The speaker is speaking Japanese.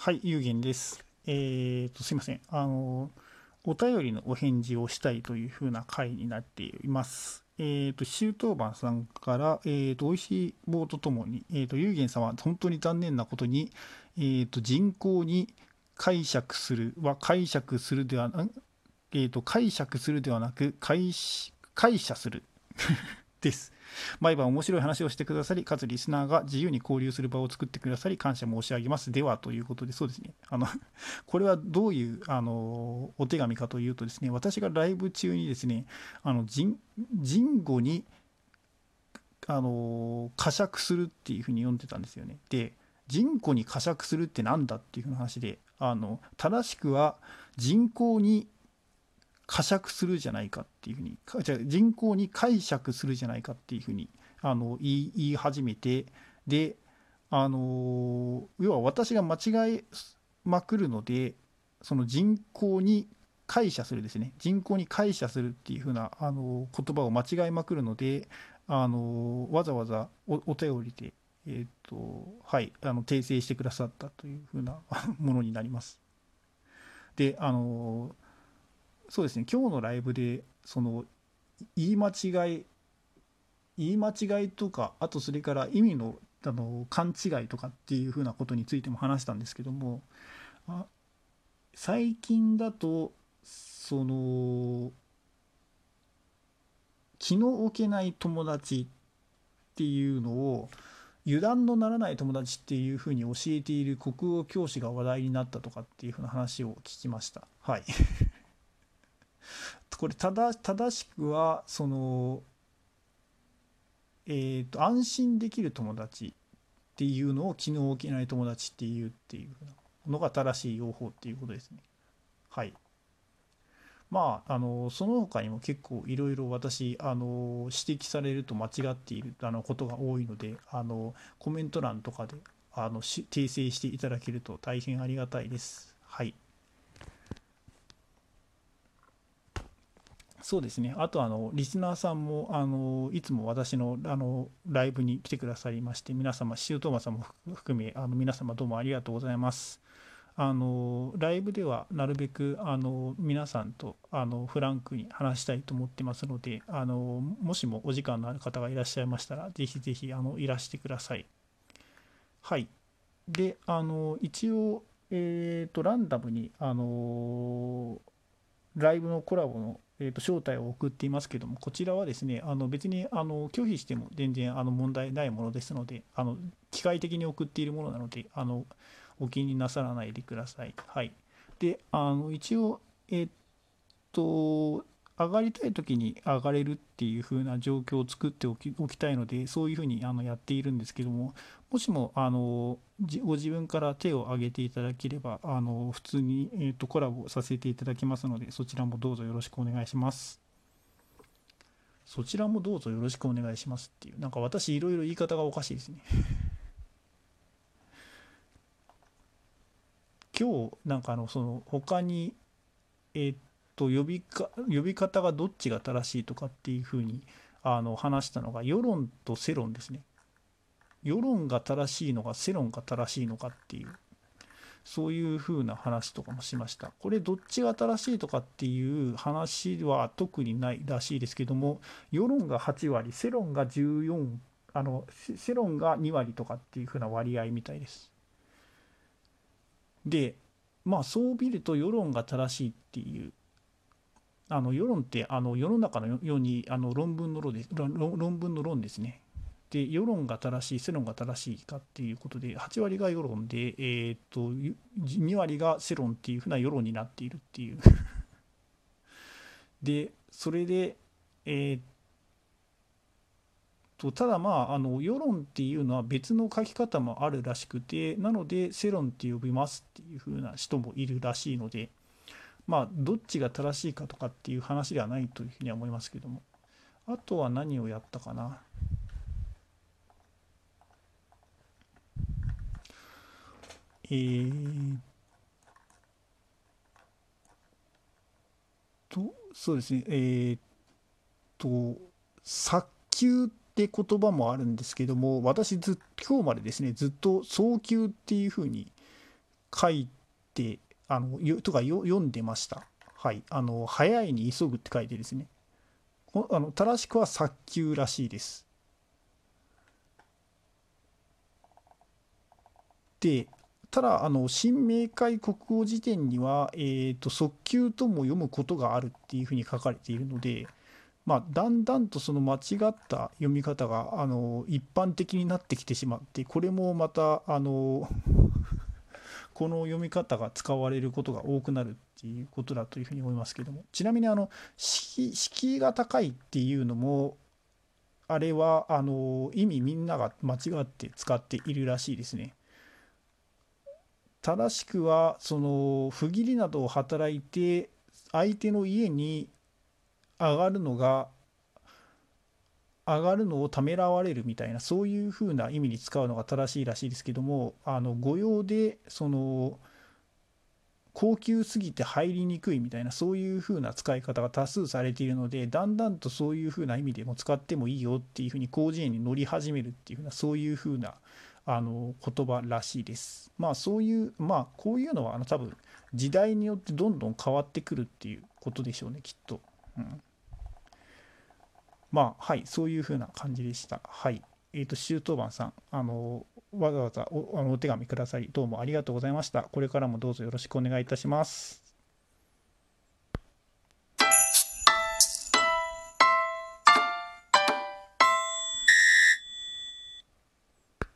はい、ゆうげんです。すいません。お便りのお返事をしたいというふうな回になっています。シュートーバンさんから、美味しい棒とともに、ゆうげんさんは本当に残念なことに、人口に解釈するは解釈するではな、解釈するではなく、解釈するです。毎晩面白い話をしてくださり、かつリスナーが自由に交流する場を作ってくださり、感謝申し上げます。では、ということで、そうですね。これはどういうお手紙かというとですね、私がライブ中にですね、人語に呵責するっていうふうに読んでたんですよね。で、人口に呵責するってなんだっていうふうな話で、正しくは人口に呵責するじゃないかっていうふうに、じゃあ人口に解釈するじゃないかっていうふうに言い始めて、で、要は私が間違えまくるので、その人口に解釈するですね、人口に解釈するっていうふうな言葉を間違えまくるので、わざわざお便りで、はい、訂正してくださったというふうなものになります。で、そうですね、今日のライブで、言い間違い、言い間違いとか、あとそれから意味の、勘違いとかっていうふうなことについても話したんですけども、あ最近だと、気の置けない友達っていうのを、油断のならない友達っていうふうに教えている国語教師が話題になったとかっていうふうな話を聞きました。はい。これ正しくは、安心できる友達っていうのを気の置けない友達っていうのが正しい用法っていうことですね。はい。まあ、その他にも結構いろいろ私、指摘されると間違っていることが多いので、コメント欄とかで訂正していただけると大変ありがたいです。はい。そうですね。あとリスナーさんもいつも私のライブに来てくださいまして、皆様、シュートーマさんも含め皆様どうもありがとうございます。ライブではなるべく皆さんとフランクに話したいと思ってますので、もしもお時間のある方がいらっしゃいましたら、ぜひぜひいらしてください。はい。で、一応、ランダムにライブのコラボの、招待を送っていますけども、こちらはですね、別に拒否しても全然問題ないものですので、機械的に送っているものなので、お気になさらないでください。はい。で、一応、上がりたい時に上がれるっていう風な状況を作っておきたいので、そういう風にやっているんですけども、もしもご自分から手を挙げていただければ、普通に、コラボさせていただきますので、そちらもどうぞよろしくお願いします。そちらもどうぞよろしくお願いしますっていう、なんか私いろいろ言い方がおかしいですね。今日、なんか他に、えーっ呼び方がどっちが正しいとかっていうふうに話したのが世論と世論ですね。世論が正しいのか世論が正しいのかっていう、そういうふうな話とかもしました。これどっちが正しいとかっていう話は特にないらしいですけども、世論が8割世論が14、世論が2割とかっていうふうな割合みたいです。で、まあそう見ると世論が正しいっていう、世論って世の中のように論文の論です、論文の論ですね。で、世論が正しい、世論が正しいかっていうことで、8割が世論で、2割が世論っていうふうな世論になっているっていう。で、それで、えーただまあ、世論っていうのは別の書き方もあるらしくて、なので、世論って呼びますっていうふうな人もいるらしいので、まあ、どっちが正しいかとかっていう話ではないというふうには思いますけども。あとは何をやったかな。えーそうですね、早急って言葉もあるんですけども、私今日までですね、ずっと早急っていうふうに書いてとか読んでました。はい、早いに急ぐって書いてですね、正しくは早急らしいです。で、ただ新明解国語辞典には、速急とも読むことがあるっていうふうに書かれているので、まあ、だんだんとその間違った読み方が一般的になってきてしまって、これもまたこの読み方が使われることが多くなるっていうことだというふうに思いますけども、ちなみに敷居が高いっていうのも、あれは意味みんなが間違って使っているらしいですね。正しくはその不義理などを働いて相手の家に上がるのがをためらわれるみたいな、そういうふうな意味に使うのが正しいらしいですけども、語用でその高級すぎて入りにくいみたいな、そういう風な使い方が多数されているので、だんだんとそういう風な意味でも使ってもいいよっていう風に広辞苑に乗り始めるっていう風な、そういう風な言葉らしいです。まあそういう、まあこういうのは多分時代によってどんどん変わってくるっていうことでしょうね、きっと。うん、まあはい、そういう風な感じでした。はい。周当番さん、わざわざお手紙くださり、どうもありがとうございました。これからもどうぞよろしくお願いいたします。